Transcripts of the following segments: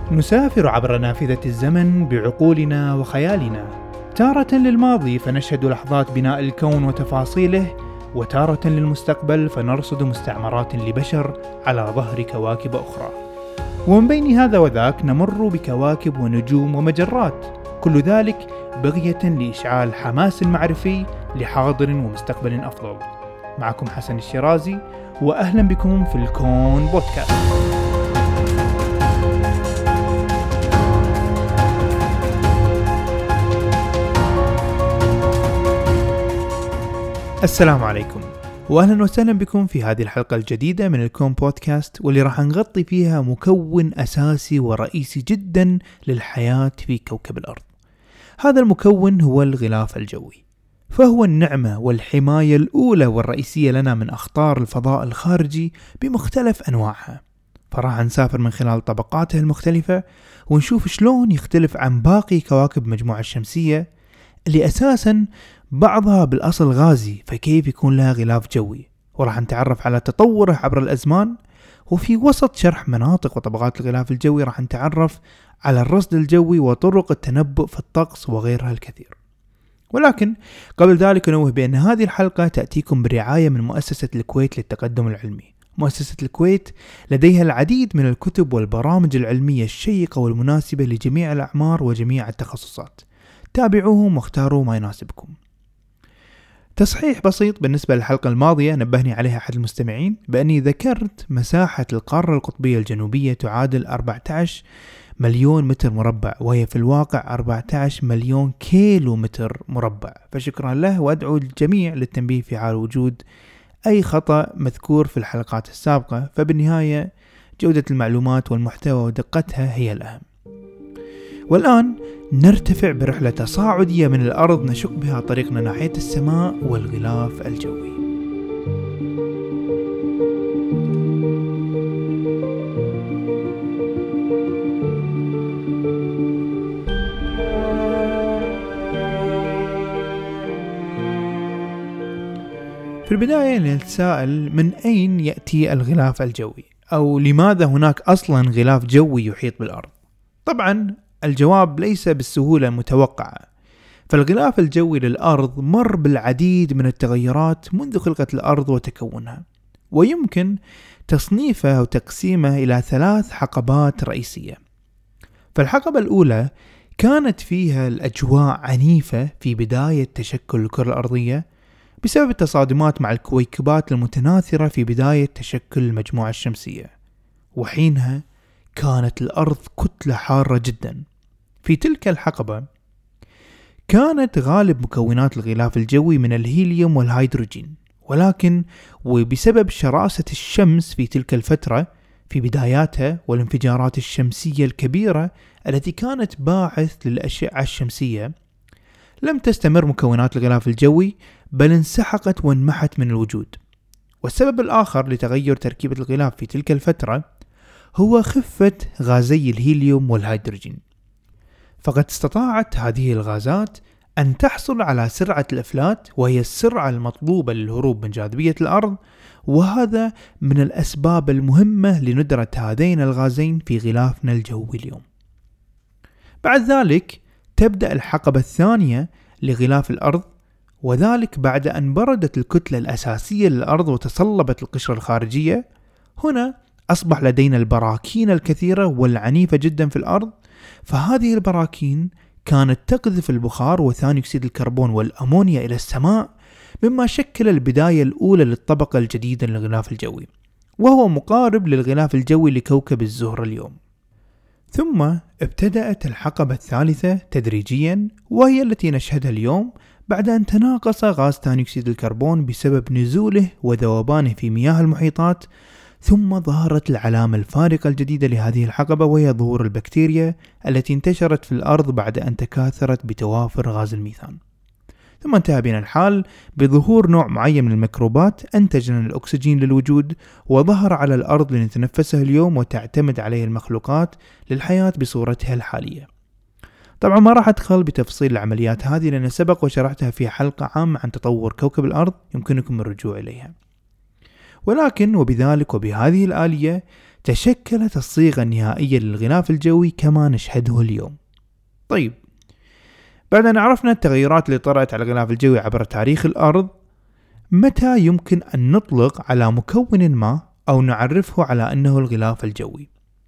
نسافر عبر نافذة الزمن بعقولنا وخيالنا، تارة للماضي فنشهد لحظات بناء الكون وتفاصيله، وتارة للمستقبل فنرصد مستعمرات لبشر على ظهر كواكب أخرى. ومن بين هذا وذاك نمر بكواكب ونجوم ومجرات، كل ذلك بغية لإشعال حماس معرفي لحاضر ومستقبل أفضل. معكم حسن الشيرازي، وأهلا بكم في الكون بودكاست. السلام عليكم، وأهلا وسهلا بكم في هذه الحلقة الجديدة من الكون بودكاست، واللي راح نغطي فيها مكون أساسي ورئيسي جدا للحياة في كوكب الأرض. هذا المكون هو الغلاف الجوي، فهو النعمة والحماية الأولى والرئيسية لنا من أخطار الفضاء الخارجي بمختلف أنواعها. فراح نسافر من خلال طبقاته المختلفة ونشوف شلون يختلف عن باقي كواكب المجموعة الشمسية اللي أساساً بعضها بالأصل غازي، فكيف يكون لها غلاف جوي. وراح نتعرف على تطوره عبر الأزمان، وفي وسط شرح مناطق وطبقات الغلاف الجوي راح نتعرف على الرصد الجوي وطرق التنبؤ في الطقس وغيرها الكثير. ولكن قبل ذلك ننوه بأن هذه الحلقة تأتيكم برعاية من مؤسسة الكويت للتقدم العلمي. مؤسسة الكويت لديها العديد من الكتب والبرامج العلمية الشيقة والمناسبة لجميع الأعمار وجميع التخصصات. تابعوهم واختاروا ما يناسبكم. تصحيح بسيط بالنسبة للحلقة الماضية نبهني عليها أحد المستمعين بأني ذكرت مساحة القارة القطبية الجنوبية تعادل 14 مليون متر مربع، وهي في الواقع 14 مليون كيلو متر مربع. فشكرا له، وأدعو الجميع للتنبيه في حال وجود أي خطأ مذكور في الحلقات السابقة. فبالنهاية جودة المعلومات والمحتوى ودقتها هي الأهم. والآن نرتفع برحلة تصاعدية من الأرض نشق بها طريقنا ناحية السماء والغلاف الجوي. في البداية نتساءل من أين يأتي الغلاف الجوي، أو لماذا هناك أصلا غلاف جوي يحيط بالأرض؟ طبعا الجواب ليس بالسهولة المتوقعة، فالغلاف الجوي للأرض مر بالعديد من التغيرات منذ خلقة الأرض وتكونها، ويمكن تصنيفه أو تقسيمه إلى 3 حقبات رئيسية. فالحقبة الأولى كانت فيها الأجواء عنيفة في بداية تشكل الكرة الأرضية بسبب التصادمات مع الكويكبات المتناثرة في بداية تشكل المجموعة الشمسية، وحينها كانت الأرض كتلة حارة جدا. في تلك الحقبة كانت غالب مكونات الغلاف الجوي من الهيليوم والهيدروجين، ولكن وبسبب شراسة الشمس في تلك الفترة في بداياتها والانفجارات الشمسية الكبيرة التي كانت باعث للأشعة الشمسية، لم تستمر مكونات الغلاف الجوي بل انسحقت وانمحت من الوجود. والسبب الآخر لتغير تركيبة الغلاف في تلك الفترة هو خفة غازي الهيليوم والهيدروجين، فقد استطاعت هذه الغازات أن تحصل على سرعة الإفلات، وهي السرعة المطلوبة للهروب من جاذبية الأرض، وهذا من الأسباب المهمة لندرة هذين الغازين في غلافنا الجوي اليوم. بعد ذلك تبدأ الحقبة الثانية لغلاف الأرض، وذلك بعد أن بردت الكتلة الأساسية للأرض وتصلبت القشرة الخارجية. هنا أصبح لدينا البراكين الكثيرة والعنيفة جدا في الأرض، فهذه البراكين كانت تقذف البخار وثاني أكسيد الكربون والأمونيا إلى السماء، مما شكل البداية الأولى للطبقة الجديدة للغلاف الجوي، وهو مقارب للغلاف الجوي لكوكب الزهرة اليوم. ثم ابتدأت الحقبة الثالثة تدريجيا، وهي التي نشهدها اليوم بعد أن تناقص غاز ثاني أكسيد الكربون بسبب نزوله وذوبانه في مياه المحيطات. ثم ظهرت العلامة الفارقة الجديدة لهذه الحقبة، وهي ظهور البكتيريا التي انتشرت في الأرض بعد أن تكاثرت بتوافر غاز الميثان. ثم انتهى بنا الحال بظهور نوع معين من الميكروبات أنتج لنا الأكسجين للوجود، وظهر على الأرض لنتنفسه اليوم وتعتمد عليه المخلوقات للحياة بصورتها الحالية. طبعا ما راح أدخل بتفصيل العمليات هذه لأن سبق وشرحتها في حلقة عامة عن تطور كوكب الأرض، يمكنكم الرجوع إليها. ولكن وبذلك وبهذه الآلية تشكلت الصيغة النهائية للغلاف الجوي كما نشهده اليوم. طيب، بعد أن عرفنا التغيرات اللي طرأت على الغلاف الجوي عبر تاريخ الأرض، متى يمكن أن نطلق على مكون ما أو نعرفه على أنه الغلاف الجوي؟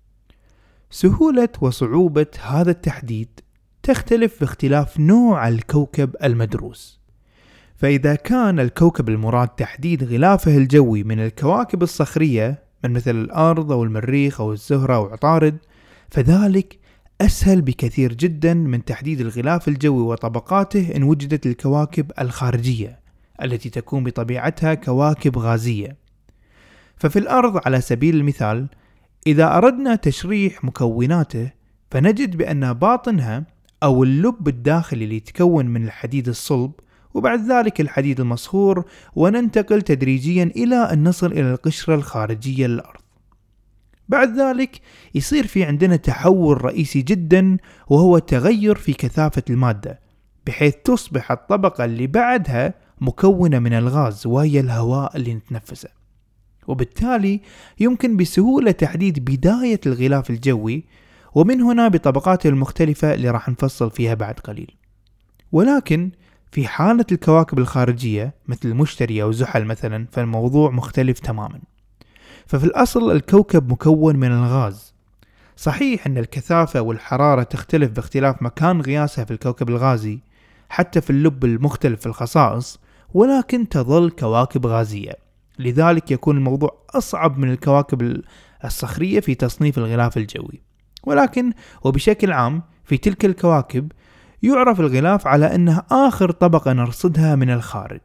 سهولة وصعوبة هذا التحديد تختلف باختلاف نوع الكوكب المدروس. فإذا كان الكوكب المراد تحديد غلافه الجوي من الكواكب الصخرية من مثل الأرض أو المريخ أو الزهرة أو عطارد، فذلك أسهل بكثير جدا من تحديد الغلاف الجوي وطبقاته إن وجدت الكواكب الخارجية التي تكون بطبيعتها كواكب غازية. ففي الأرض على سبيل المثال، إذا أردنا تشريح مكوناته فنجد بأن باطنها أو اللب الداخلي اللي يتكون من الحديد الصلب وبعد ذلك الحديد المصهور، وننتقل تدريجيا إلى أن نصل إلى القشرة الخارجية للأرض. بعد ذلك يصير في عندنا تحول رئيسي جدا، وهو تغير في كثافة المادة، بحيث تصبح الطبقة اللي بعدها مكونة من الغاز وهي الهواء اللي نتنفسه. وبالتالي يمكن بسهولة تحديد بداية الغلاف الجوي، ومن هنا بطبقاته المختلفة اللي راح نفصل فيها بعد قليل. ولكن في حالة الكواكب الخارجية مثل المشتري أو زحل مثلا، فالموضوع مختلف تماما. ففي الأصل الكوكب مكون من الغاز. صحيح أن الكثافة والحرارة تختلف باختلاف مكان غياسها في الكوكب الغازي، حتى في اللب المختلف في الخصائص، ولكن تظل كواكب غازية. لذلك يكون الموضوع أصعب من الكواكب الصخرية في تصنيف الغلاف الجوي. ولكن وبشكل عام في تلك الكواكب يعرف الغلاف على أنها آخر طبقة نرصدها من الخارج.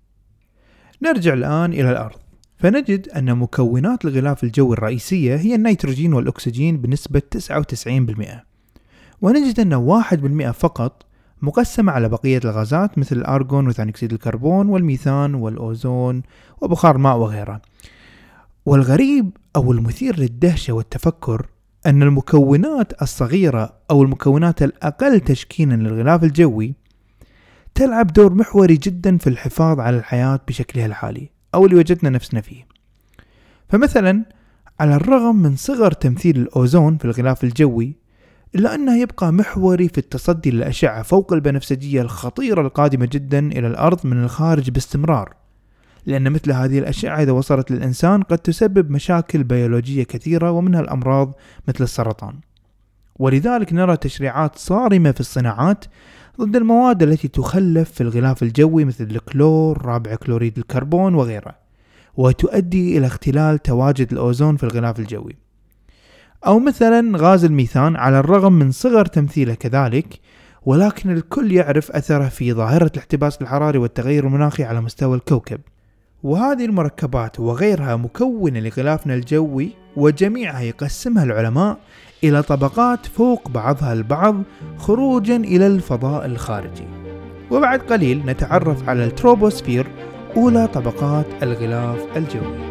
نرجع الآن إلى الأرض، فنجد أن مكونات الغلاف الجوي الرئيسية هي النيتروجين والأكسجين بنسبة 99%، ونجد أن 1% فقط مقسمة على بقية الغازات مثل الأرغون وثاني أكسيد الكربون والميثان والأوزون وبخار ماء وغيرها. والغريب أو المثير للدهشة والتفكر أن المكونات الصغيرة أو المكونات الأقل تشكيلا للغلاف الجوي تلعب دور محوري جدا في الحفاظ على الحياة بشكلها الحالي أو اللي وجدنا نفسنا فيه. فمثلا على الرغم من صغر تمثيل الأوزون في الغلاف الجوي، إلا أنه يبقى محوري في التصدي للأشعة فوق البنفسجية الخطيرة القادمة جدا إلى الأرض من الخارج باستمرار، لأن مثل هذه الأشعة إذا وصلت للإنسان قد تسبب مشاكل بيولوجية كثيرة ومنها الأمراض مثل السرطان. ولذلك نرى تشريعات صارمة في الصناعات ضد المواد التي تخلف في الغلاف الجوي مثل الكلور، رابع كلوريد الكربون وغيرها، وتؤدي إلى اختلال تواجد الأوزون في الغلاف الجوي. أو مثلا غاز الميثان على الرغم من صغر تمثيله كذلك، ولكن الكل يعرف أثره في ظاهرة الاحتباس الحراري والتغير المناخي على مستوى الكوكب. وهذه المركبات وغيرها مكونة لغلافنا الجوي، وجميعها يقسمها العلماء إلى طبقات فوق بعضها البعض خروجا إلى الفضاء الخارجي. وبعد قليل نتعرف على التروبوسفير، أولى طبقات الغلاف الجوي.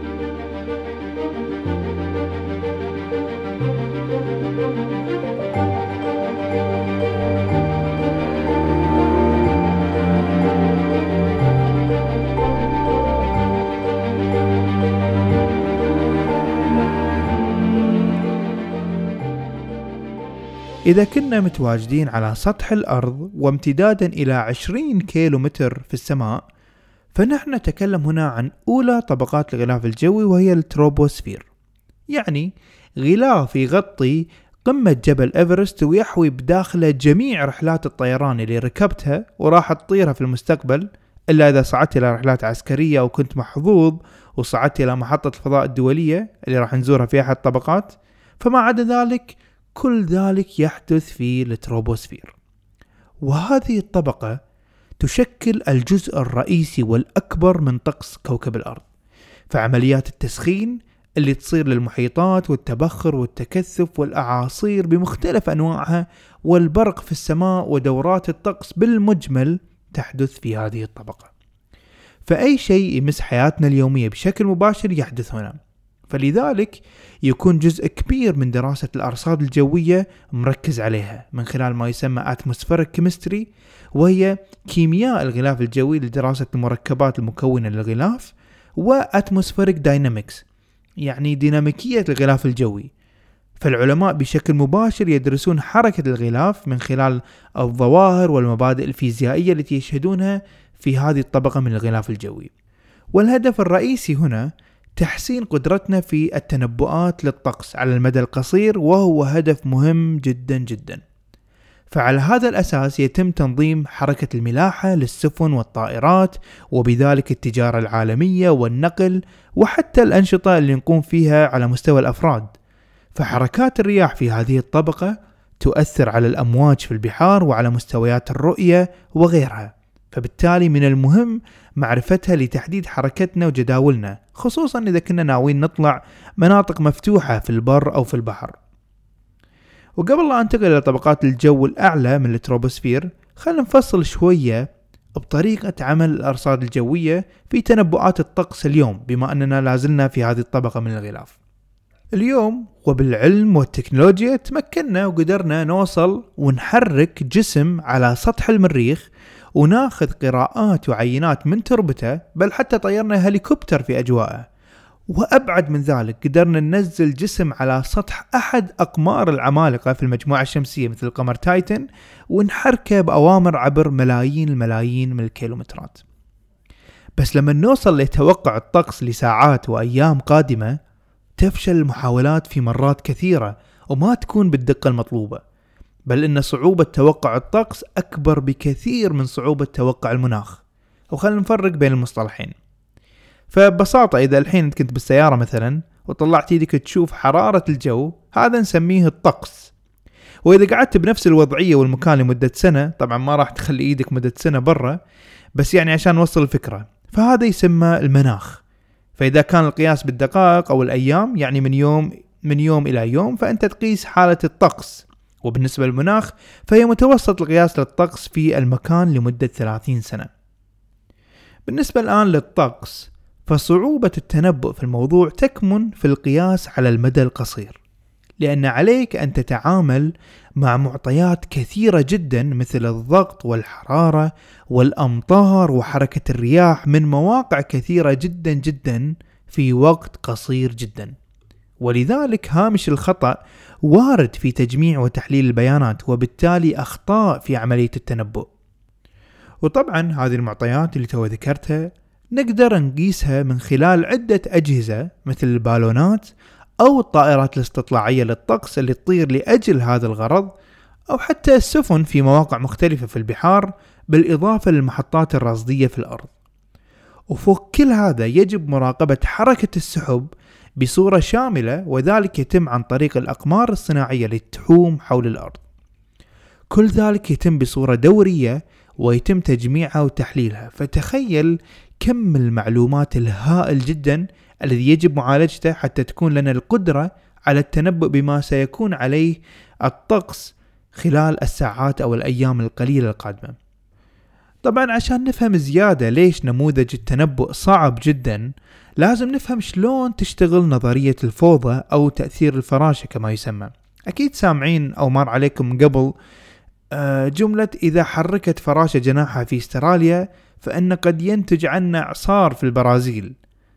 إذا كنا متواجدين على سطح الأرض وامتدادا إلى 20 كيلومتر في السماء، فنحن نتكلم هنا عن أولى طبقات الغلاف الجوي وهي التروبوسفير، يعني غلاف يغطي قمة جبل إيفرست ويحوي بداخله جميع رحلات الطيران اللي ركبتها وراح تطيرها في المستقبل، إلا إذا صعدت إلى رحلات عسكرية أو كنت محظوظ وصعدت إلى محطة الفضاء الدولية اللي راح نزورها في أحد الطبقات. فما عدا ذلك كل ذلك يحدث في التروبوسفير. وهذه الطبقة تشكل الجزء الرئيسي والأكبر من طقس كوكب الأرض، فعمليات التسخين اللي تصير للمحيطات والتبخر والتكثف والأعاصير بمختلف أنواعها والبرق في السماء ودورات الطقس بالمجمل تحدث في هذه الطبقة. فأي شيء يمس حياتنا اليومية بشكل مباشر يحدث هنا. فلذلك يكون جزء كبير من دراسة الأرصاد الجوية مركز عليها من خلال ما يسمى atmospheric chemistry، وهي كيمياء الغلاف الجوي لدراسة المركبات المكونة للغلاف، و atmospheric dynamics يعني ديناميكية الغلاف الجوي. فالعلماء بشكل مباشر يدرسون حركة الغلاف من خلال الظواهر والمبادئ الفيزيائية التي يشهدونها في هذه الطبقة من الغلاف الجوي. والهدف الرئيسي هنا تحسين قدرتنا في التنبؤات للطقس على المدى القصير، وهو هدف مهم جدا جدا. فعلى هذا الأساس يتم تنظيم حركة الملاحة للسفن والطائرات، وبذلك التجارة العالمية والنقل، وحتى الأنشطة اللي نقوم فيها على مستوى الأفراد. فحركات الرياح في هذه الطبقة تؤثر على الأمواج في البحار وعلى مستويات الرؤية وغيرها، فبالتالي من المهم معرفتها لتحديد حركتنا وجداولنا، خصوصا إذا كنا ناويين نطلع مناطق مفتوحة في البر أو في البحر. وقبل لا أنتقل إلى طبقات الجو الأعلى من التروبوسفير، خلينا نفصل شوية بطريقة عمل الأرصاد الجوية في تنبؤات الطقس اليوم، بما أننا لازلنا في هذه الطبقة من الغلاف. اليوم وبالعلم والتكنولوجيا تمكنا وقدرنا نوصل ونحرك جسم على سطح المريخ وناخذ قراءات وعينات من تربته، بل حتى طيرنا هليكوبتر في أجواءه. وأبعد من ذلك قدرنا ننزل جسم على سطح أحد أقمار العمالقة في المجموعة الشمسية مثل قمر تايتن، ونحركه بأوامر عبر ملايين الملايين من الكيلومترات. بس لما نوصل لتوقع الطقس لساعات وأيام قادمة، تفشل المحاولات في مرات كثيرة وما تكون بالدقة المطلوبة، بل إن صعوبة توقع الطقس أكبر بكثير من صعوبة توقع المناخ. وخلنا نفرق بين المصطلحين. فببساطة إذا الحين كنت بالسيارة مثلا وطلعت يدك تشوف حرارة الجو، هذا نسميه الطقس. وإذا قعدت بنفس الوضعية والمكان لمدة سنة، طبعا ما راح تخلي إيدك مدة سنة برا، بس يعني عشان نوصل الفكرة، فهذا يسمى المناخ. فإذا كان القياس بالدقائق أو الأيام، يعني من يوم إلى يوم، فأنت تقيس حالة الطقس. وبالنسبة للمناخ فهي متوسط القياس للطقس في المكان لمدة 30 سنة. بالنسبة الآن للطقس، فصعوبة التنبؤ في الموضوع تكمن في القياس على المدى القصير، لأن عليك أن تتعامل مع معطيات كثيرة جدا مثل الضغط والحرارة والأمطار وحركة الرياح من مواقع كثيرة جدا جدا في وقت قصير جدا. ولذلك هامش الخطأ وارد في تجميع وتحليل البيانات، وبالتالي أخطاء في عملية التنبؤ. وطبعا هذه المعطيات اللي تو ذكرتها نقدر نقيسها من خلال عدة أجهزة مثل البالونات أو الطائرات الاستطلاعية للطقس اللي تطير لأجل هذا الغرض، أو حتى السفن في مواقع مختلفة في البحار، بالإضافة للمحطات الرصدية في الأرض. وفوق كل هذا يجب مراقبة حركة السحب بصورة شاملة، وذلك يتم عن طريق الأقمار الصناعية اللي تحوم حول الأرض. كل ذلك يتم بصورة دورية ويتم تجميعها وتحليلها. فتخيل كم المعلومات الهائل جدا الذي يجب معالجته حتى تكون لنا القدرة على التنبؤ بما سيكون عليه الطقس خلال الساعات أو الأيام القليلة القادمة. طبعا عشان نفهم زيادة ليش نموذج التنبؤ صعب جدا، لازم نفهم شلون تشتغل نظرية الفوضى أو تأثير الفراشة كما يسمى. أكيد سامعين أو مر عليكم قبل جملة إذا حركت فراشة جناحها في استراليا فإن قد ينتج عنا إعصار في البرازيل.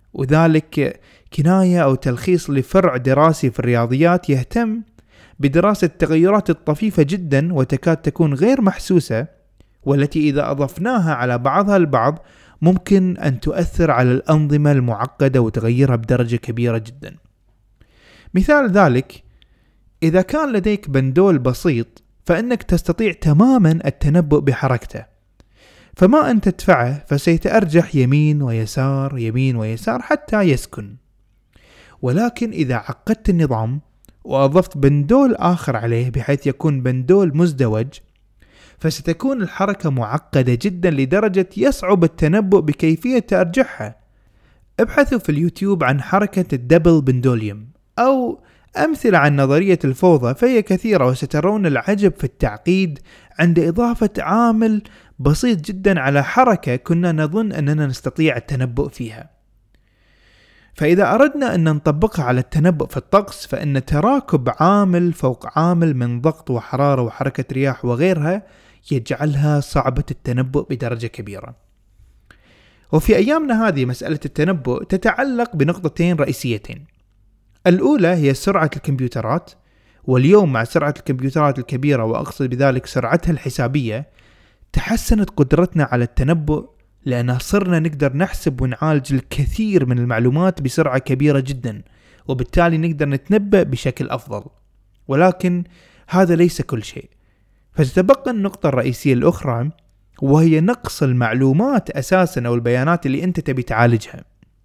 وذلك كناية أو تلخيص لفرع دراسي في الرياضيات يهتم بدراسة التغيرات الطفيفة جدا وتكاد تكون غير محسوسة، والتي إذا أضفناها على بعضها البعض ممكن أن تؤثر على الأنظمة المعقدة وتغيرها بدرجة كبيرة جدا. مثال ذلك، إذا كان لديك بندول بسيط فإنك تستطيع تماما التنبؤ بحركته، فما أن تدفعه فسيتأرجح يمين ويسار يمين ويسار حتى يسكن. ولكن إذا عقدت النظام وأضفت بندول آخر عليه بحيث يكون بندول مزدوج، فستكون الحركة معقدة جدا لدرجة يصعب التنبؤ بكيفية تأرجحها. ابحثوا في اليوتيوب عن حركة الدبل بندوليوم أو أمثلة عن نظرية الفوضى، فهي كثيرة، وسترون العجب في التعقيد عند إضافة عامل بسيط جدا على حركة كنا نظن أننا نستطيع التنبؤ فيها. فإذا أردنا أن نطبقها على التنبؤ في الطقس، فإن تراكب عامل فوق عامل من ضغط وحرارة وحركة رياح وغيرها يجعلها صعبة التنبؤ بدرجة كبيرة. وفي أيامنا هذه مسألة التنبؤ تتعلق بنقطتين رئيسيتين. الأولى هي سرعة الكمبيوترات، واليوم مع سرعة الكمبيوترات الكبيرة وأقصد بذلك سرعتها الحسابية تحسنت قدرتنا على التنبؤ، لأننا صرنا نقدر نحسب ونعالج الكثير من المعلومات بسرعة كبيرة جدا، وبالتالي نقدر نتنبأ بشكل أفضل. ولكن هذا ليس كل شيء، فتتبقى النقطة الرئيسية الأخرى، وهي نقص المعلومات أساسا أو البيانات اللي أنت تبي تعالجها.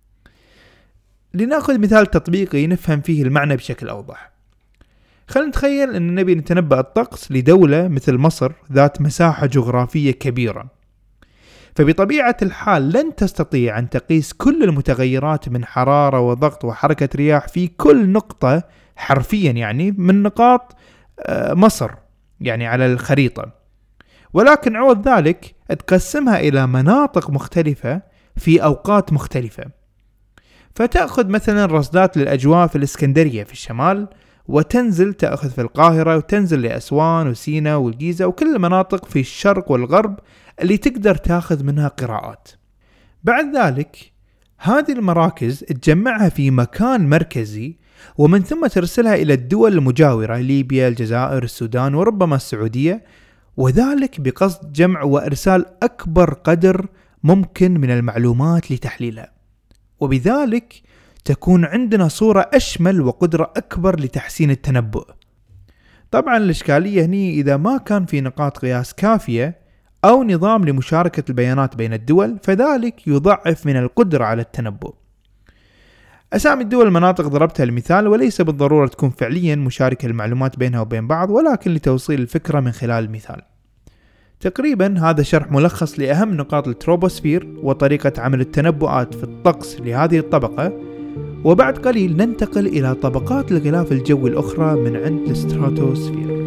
لنأخذ مثال تطبيقي نفهم فيه المعنى بشكل أوضح. خلينا نتخيل أن نبي نتنبأ الطقس لدولة مثل مصر ذات مساحة جغرافية كبيرة، فبطبيعة الحال لن تستطيع أن تقيس كل المتغيرات من حرارة وضغط وحركة رياح في كل نقطة حرفيا، يعني من نقاط مصر يعني على الخريطة، ولكن عوض ذلك تقسمها إلى مناطق مختلفة في أوقات مختلفة. فتأخذ مثلا رصدات للأجواء في الإسكندرية في الشمال، وتنزل تأخذ في القاهرة، وتنزل لأسوان وسينا والجيزة وكل المناطق في الشرق والغرب اللي تقدر تأخذ منها قراءات. بعد ذلك هذه المراكز تجمعها في مكان مركزي، ومن ثم ترسلها إلى الدول المجاورة، ليبيا، الجزائر، السودان، وربما السعودية، وذلك بقصد جمع وإرسال أكبر قدر ممكن من المعلومات لتحليلها، وبذلك تكون عندنا صورة أشمل وقدرة أكبر لتحسين التنبؤ. طبعا الإشكالية هنا إذا ما كان في نقاط قياس كافية أو نظام لمشاركة البيانات بين الدول، فذلك يضعف من القدرة على التنبؤ. أسامي الدول المناطق ضربتها المثال، وليس بالضرورة تكون فعليا مشاركة المعلومات بينها وبين بعض، ولكن لتوصيل الفكرة من خلال المثال. تقريبا هذا شرح ملخص لأهم نقاط التروبوسفير وطريقة عمل التنبؤات في الطقس لهذه الطبقة، وبعد قليل ننتقل إلى طبقات الغلاف الجوي الأخرى من عند الستراتوسفير.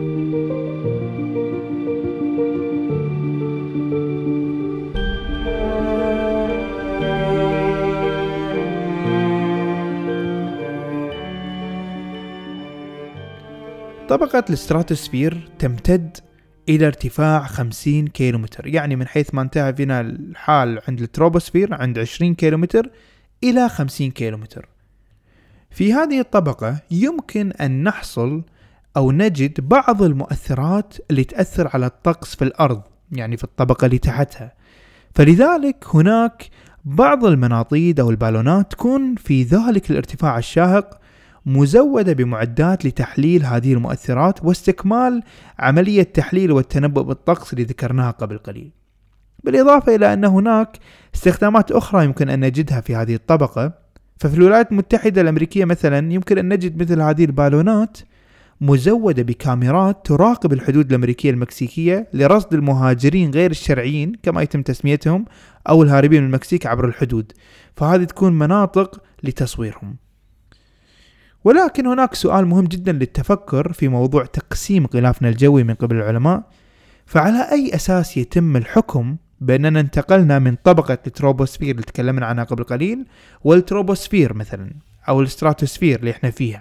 طبقة الستراتوسفير تمتد إلى ارتفاع 50 كيلومتر، يعني من حيث ما انتهى فينا الحال عند التروبوسفير عند 20 كيلومتر إلى 50 كيلومتر. في هذه الطبقة يمكن أن نحصل أو نجد بعض المؤثرات اللي تأثر على الطقس في الأرض، يعني في الطبقة اللي تحتها. فلذلك هناك بعض المناطيد أو البالونات تكون في ذلك الارتفاع الشاهق مزودة بمعدات لتحليل هذه المؤثرات واستكمال عملية تحليل والتنبؤ بالطقس اللي ذكرناها قبل قليل. بالإضافة إلى أن هناك استخدامات أخرى يمكن أن نجدها في هذه الطبقة، ففي الولايات المتحدة الأمريكية مثلا يمكن أن نجد مثل هذه البالونات مزودة بكاميرات تراقب الحدود الأمريكية المكسيكية لرصد المهاجرين غير الشرعيين كما يتم تسميتهم، أو الهاربين من المكسيك عبر الحدود، فهذه تكون مناطق لتصويرهم. ولكن هناك سؤال مهم جدا للتفكر في موضوع تقسيم غلافنا الجوي من قبل العلماء، فعلى أي أساس يتم الحكم بأننا انتقلنا من طبقة التروبوسفير اللي تكلمنا عنها قبل قليل والتروبوسفير مثلا أو الستراتوسفير اللي احنا فيها؟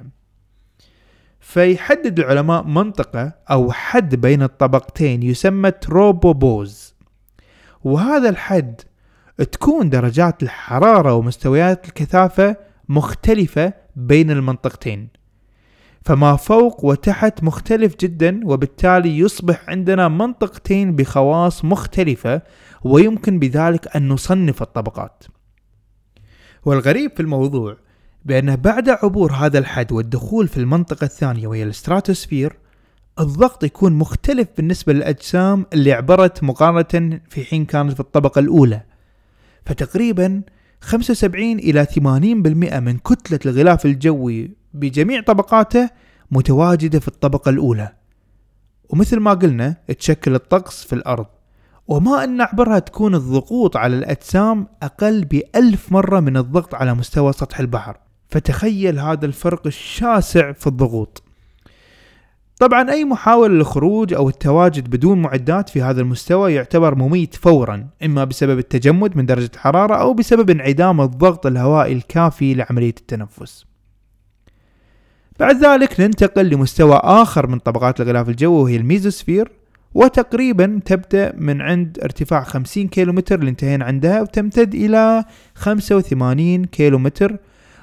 فيحدد العلماء منطقة أو حد بين الطبقتين يسمى تروبوبوز، وهذا الحد تكون درجات الحرارة ومستويات الكثافة مختلفة بين المنطقتين، فما فوق وتحت مختلف جدا، وبالتالي يصبح عندنا منطقتين بخواص مختلفة، ويمكن بذلك أن نصنف الطبقات. والغريب في الموضوع بأنه بعد عبور هذا الحد والدخول في المنطقة الثانية وهي الستراتوسفير، الضغط يكون مختلف بالنسبة للأجسام اللي عبرت مقارنة في حين كانت في الطبقة الأولى. فتقريبا 75 إلى 80% من كتلة الغلاف الجوي بجميع طبقاته متواجدة في الطبقة الأولى، ومثل ما قلنا تشكل الطقس في الأرض، وما أن عبرها تكون الضغوط على الأجسام أقل ب1000 مرة من الضغط على مستوى سطح البحر. فتخيل هذا الفرق الشاسع في الضغوط. طبعا أي محاولة للخروج أو التواجد بدون معدات في هذا المستوى يعتبر مميت فورا، إما بسبب التجمد من درجة الحرارة أو بسبب انعدام الضغط الهوائي الكافي لعملية التنفس. بعد ذلك ننتقل لمستوى آخر من طبقات الغلاف الجوي وهي الميزوسفير، وتقريبا تبدأ من عند ارتفاع 50 كيلومتر اللي انتهينا عندها، وتمتد إلى 85 كيلومتر،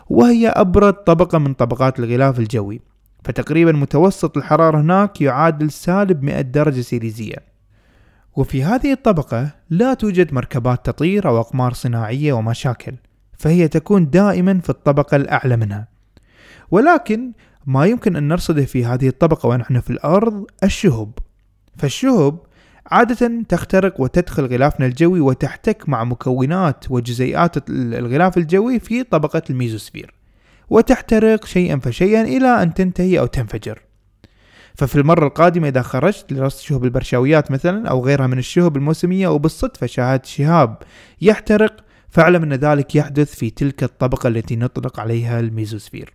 وهي أبرد طبقة من طبقات الغلاف الجوي، فتقريبا متوسط الحرارة هناك يعادل -100 درجة سيليزية. وفي هذه الطبقة لا توجد مركبات تطير أو أقمار صناعية ومشاكل، فهي تكون دائما في الطبقة الأعلى منها. ولكن ما يمكن أن نرصده في هذه الطبقة ونحن في الأرض الشهب، فالشهب عادة تخترق وتدخل غلافنا الجوي وتحتك مع مكونات وجزيئات الغلاف الجوي في طبقة الميزوسفير، وتحترق شيئا فشيئا إلى أن تنتهي أو تنفجر. ففي المرة القادمة إذا خرجت لرصد شهب البرشاويات مثلا أو غيرها من الشهب الموسمية وبالصدفة شاهدت شهاب يحترق، فاعلم أن ذلك يحدث في تلك الطبقة التي نطلق عليها الميزوسفير.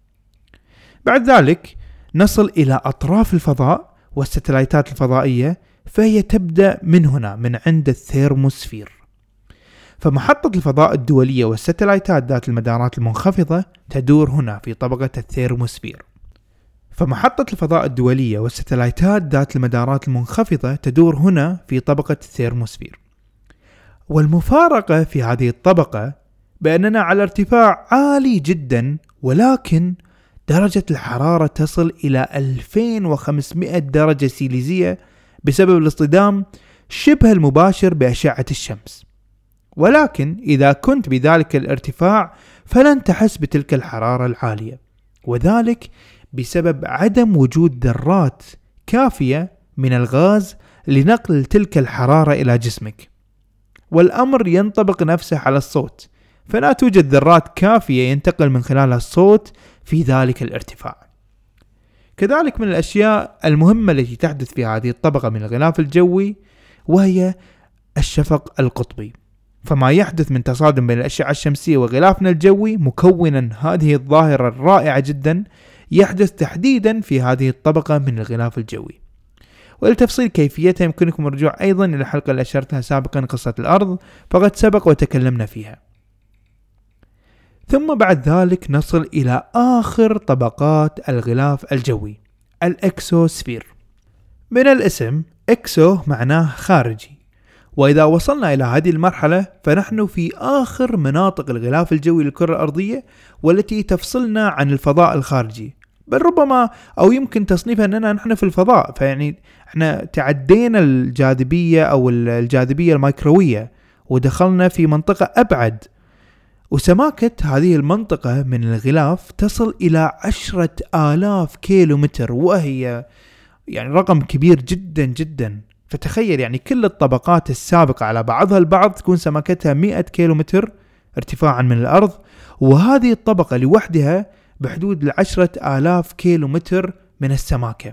بعد ذلك نصل إلى أطراف الفضاء والستلايتات الفضائية، فهي تبدأ من هنا من عند الثيرموسفير. فمحطة الفضاء الدولية والستلايتات ذات المدارات المنخفضة تدور هنا في طبقة الثيرموسفير. فمحطة الفضاء الدولية والستلايتات ذات المدارات المنخفضة تدور هنا في طبقة الثيرموسفير. والمفارقة في هذه الطبقة بأننا على ارتفاع عالي جدا، ولكن درجة الحرارة تصل إلى 2500 درجة سيليزية بسبب الاصطدام شبه المباشر بأشعة الشمس. ولكن إذا كنت بذلك الارتفاع فلن تحس بتلك الحرارة العالية، وذلك بسبب عدم وجود ذرات كافية من الغاز لنقل تلك الحرارة إلى جسمك. والأمر ينطبق نفسه على الصوت، فلا توجد ذرات كافية ينتقل من خلالها الصوت في ذلك الارتفاع. كذلك من الأشياء المهمة التي تحدث في هذه الطبقة من الغلاف الجوي وهي الشفق القطبي. فما يحدث من تصادم بين الأشعة الشمسية وغلافنا الجوي مكونا هذه الظاهرة الرائعة جدا يحدث تحديدا في هذه الطبقة من الغلاف الجوي. ولتفصيل كيفيتها يمكنكم الرجوع أيضا إلى الحلقة اللي أشرتها سابقا، قصة الأرض، فقد سبق وتكلمنا فيها. ثم بعد ذلك نصل إلى آخر طبقات الغلاف الجوي، الإكسوسفير. من الاسم إكسو معناه خارجي، وإذا وصلنا إلى هذه المرحلة فنحن في آخر مناطق الغلاف الجوي للكرة الأرضية، والتي تفصلنا عن الفضاء الخارجي. بل ربما أو يمكن تصنيفها أننا نحن في الفضاء، فيعني احنا تعدينا الجاذبية أو الجاذبية الميكروية ودخلنا في منطقة أبعد. وسماكة هذه المنطقة من الغلاف تصل إلى 10,000 كيلومتر، وهي يعني رقم كبير جدا جدا. فتخيل يعني كل الطبقات السابقة على بعضها البعض تكون سماكتها 100 كيلومتر ارتفاعا من الأرض، وهذه الطبقة لوحدها بحدود 10,000 كيلومتر من السماكة.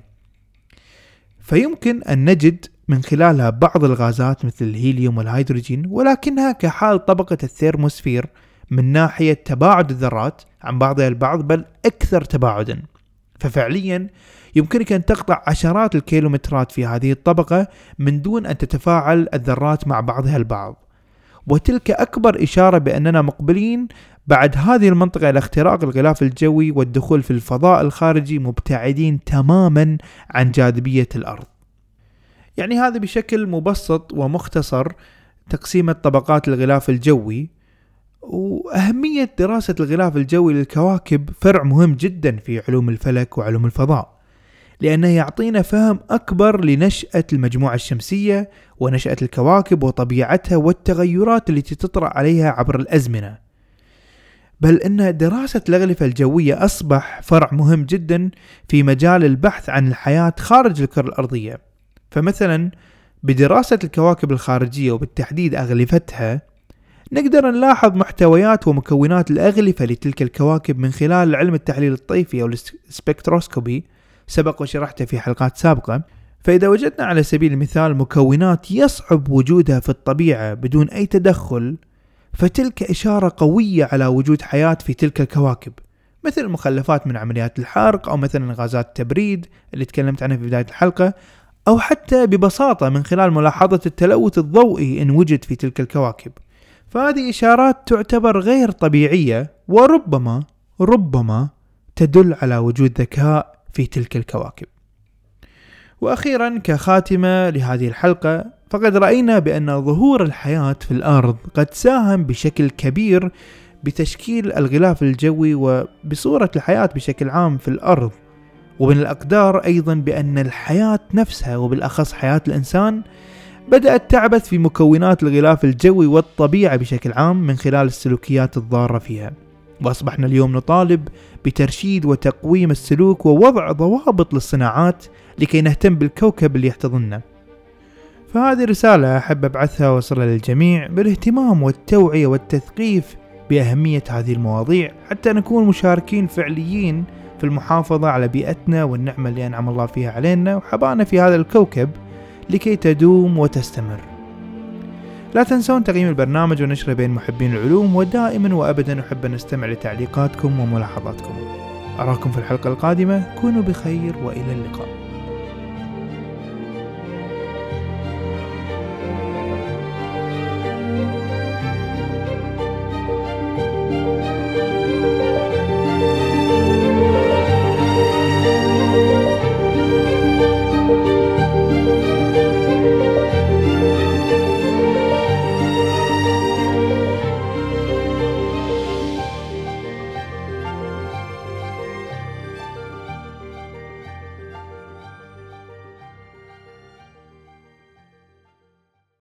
فيمكن أن نجد من خلالها بعض الغازات مثل الهيليوم والهيدروجين، ولكنها كحال طبقة الثيرموسفير من ناحية تباعد الذرات عن بعضها البعض بل أكثر تباعدا. ففعليا يمكنك أن تقطع عشرات الكيلومترات في هذه الطبقة من دون أن تتفاعل الذرات مع بعضها البعض، وتلك أكبر إشارة بأننا مقبلين بعد هذه المنطقة إلى اختراق الغلاف الجوي والدخول في الفضاء الخارجي، مبتعدين تماما عن جاذبية الأرض. يعني هذا بشكل مبسط ومختصر تقسيمة طبقات الغلاف الجوي. وأهمية دراسة الغلاف الجوي للكواكب فرع مهم جدا في علوم الفلك وعلوم الفضاء، لأنه يعطينا فهم أكبر لنشأة المجموعة الشمسية ونشأة الكواكب وطبيعتها والتغيرات التي تطرأ عليها عبر الأزمنة. بل إن دراسة الأغلفة الجوية أصبح فرع مهم جدا في مجال البحث عن الحياة خارج الكرة الأرضية. فمثلا بدراسة الكواكب الخارجية وبالتحديد أغلفتها نقدر نلاحظ محتويات ومكونات الأغلفة لتلك الكواكب من خلال علم التحليل الطيفي أو السبكتروسكوبي، سبق وشرحته في حلقات سابقة. فإذا وجدنا على سبيل المثال مكونات يصعب وجودها في الطبيعة بدون أي تدخل، فتلك إشارة قوية على وجود حياة في تلك الكواكب، مثل المخلفات من عمليات الحرق، أو مثلا غازات التبريد اللي تكلمت عنها في بداية الحلقة، أو حتى ببساطة من خلال ملاحظة التلوث الضوئي إن وجد في تلك الكواكب. فهذه إشارات تعتبر غير طبيعية، وربما تدل على وجود ذكاء في تلك الكواكب. وأخيرا كخاتمة لهذه الحلقة، فقد رأينا بأن ظهور الحياة في الأرض قد ساهم بشكل كبير بتشكيل الغلاف الجوي وبصورة الحياة بشكل عام في الأرض. ومن الأقدار أيضا بأن الحياة نفسها وبالأخص حياة الإنسان بدأت تعبث في مكونات الغلاف الجوي والطبيعة بشكل عام من خلال السلوكيات الضارة فيها، وأصبحنا اليوم نطالب بترشيد وتقويم السلوك ووضع ضوابط للصناعات لكي نهتم بالكوكب اللي يحتضننا. فهذه رسالة أحب أبعثها وصلها للجميع بالاهتمام والتوعية والتثقيف بأهمية هذه المواضيع حتى نكون مشاركين فعليين في المحافظة على بيئتنا والنعمة اللي أنعم الله فيها علينا وحبانا في هذا الكوكب لكي تدوم وتستمر. لا تنسون تقييم البرنامج ونشره بين محبين العلوم، ودائما وأبدا أحب أن أستمع لتعليقاتكم وملاحظاتكم. أراكم في الحلقة القادمة، كونوا بخير وإلى اللقاء.